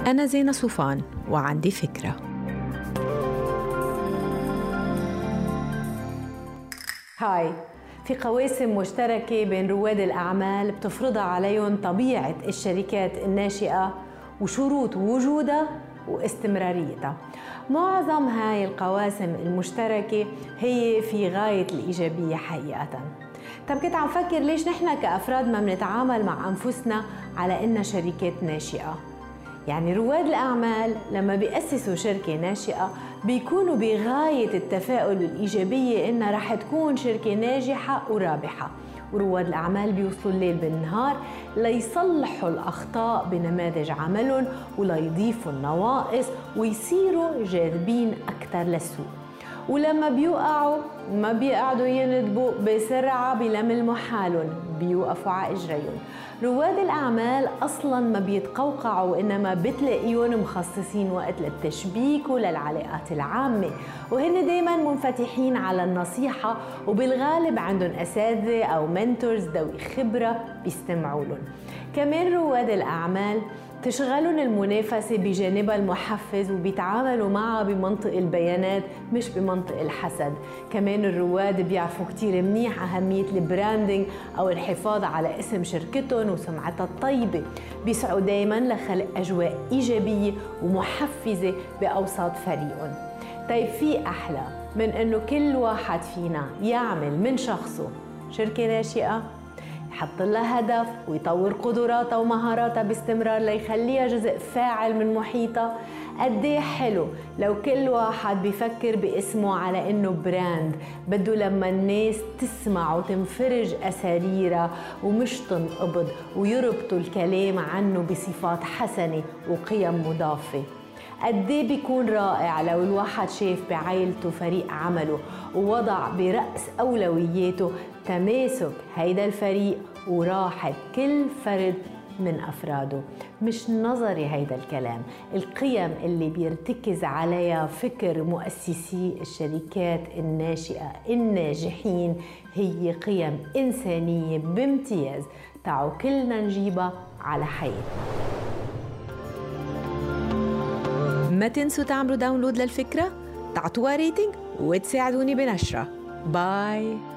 أنا زينة صوفان وعندي فكرة. هاي، في قواسم مشتركة بين رواد الأعمال بتفرضها عليهم طبيعة الشركات الناشئة وشروط وجودها واستمراريتها. معظم هاي القواسم المشتركة هي في غاية الإيجابية حقيقة. طب كنت عم فكر ليش نحن كأفراد ما بنتعامل مع أنفسنا على إنها شركات ناشئة؟ يعني رواد الأعمال لما بيأسسوا شركة ناشئة بيكونوا بغاية التفاؤل والإيجابية إنها رح تكون شركة ناجحة ورابحة، ورواد الأعمال بيوصلوا الليل بالنهار ليصلحوا الأخطاء بنماذج عملهم وليضيفوا النواقص ويصيروا جاذبين أكثر للسوق. ولما بيوقعوا ما بيقعدوا يندبوا، بسرعة بيلملموا حالهم، بيوقفوا على إجريهم. رواد الأعمال أصلاً ما بيتقوقعوا، إنما بتلاقيهم مخصصين وقت للتشبيك وللعلاقات العامة، وهن دايماً منفتحين على النصيحة، وبالغالب عندهم أساتذة أو منتورز ذوي خبرة بيستمعوا لهم. كمان رواد الأعمال تشغلهم المنافسة بجانبها المحفز، وبيتعاملوا معها بمنطق البيانات مش بمنطق الحسد. كمان الرواد بيعرفوا كتير منيح أهمية البراندنج أو الحفاظ على اسم شركتهم وسمعتها الطيبة. بيسعوا دايما لخلق أجواء إيجابية ومحفزة بأوساط فريقهم. طيب في أحلى من أنه كل واحد فينا يعمل من شخصه شركة ناشئة، يحط لها هدف ويطور قدراتها ومهاراتها باستمرار ليخليها جزء فاعل من محيطها؟ قديه حلو لو كل واحد بيفكر باسمه على انه براند، بده لما الناس تسمع وتنفرج اساريرها ومش تنقبض، ويربطوا الكلام عنه بصفات حسنة وقيم مضافة. قديه بيكون رائع لو الواحد شاف بعائلته فريق عمله ووضع برأس أولوياته تماسك هيدا الفريق وراحة كل فرد من أفراده. مش نظري هيدا الكلام، القيم اللي بيرتكز عليها فكر مؤسسي الشركات الناشئة الناجحين هي قيم إنسانية بامتياز، تعوا كلنا نجيبها على حياتنا. ما تنسوا تعملوا داونلود للفكرة، تعطوها ريتنج وتساعدوني بنشرها. باي.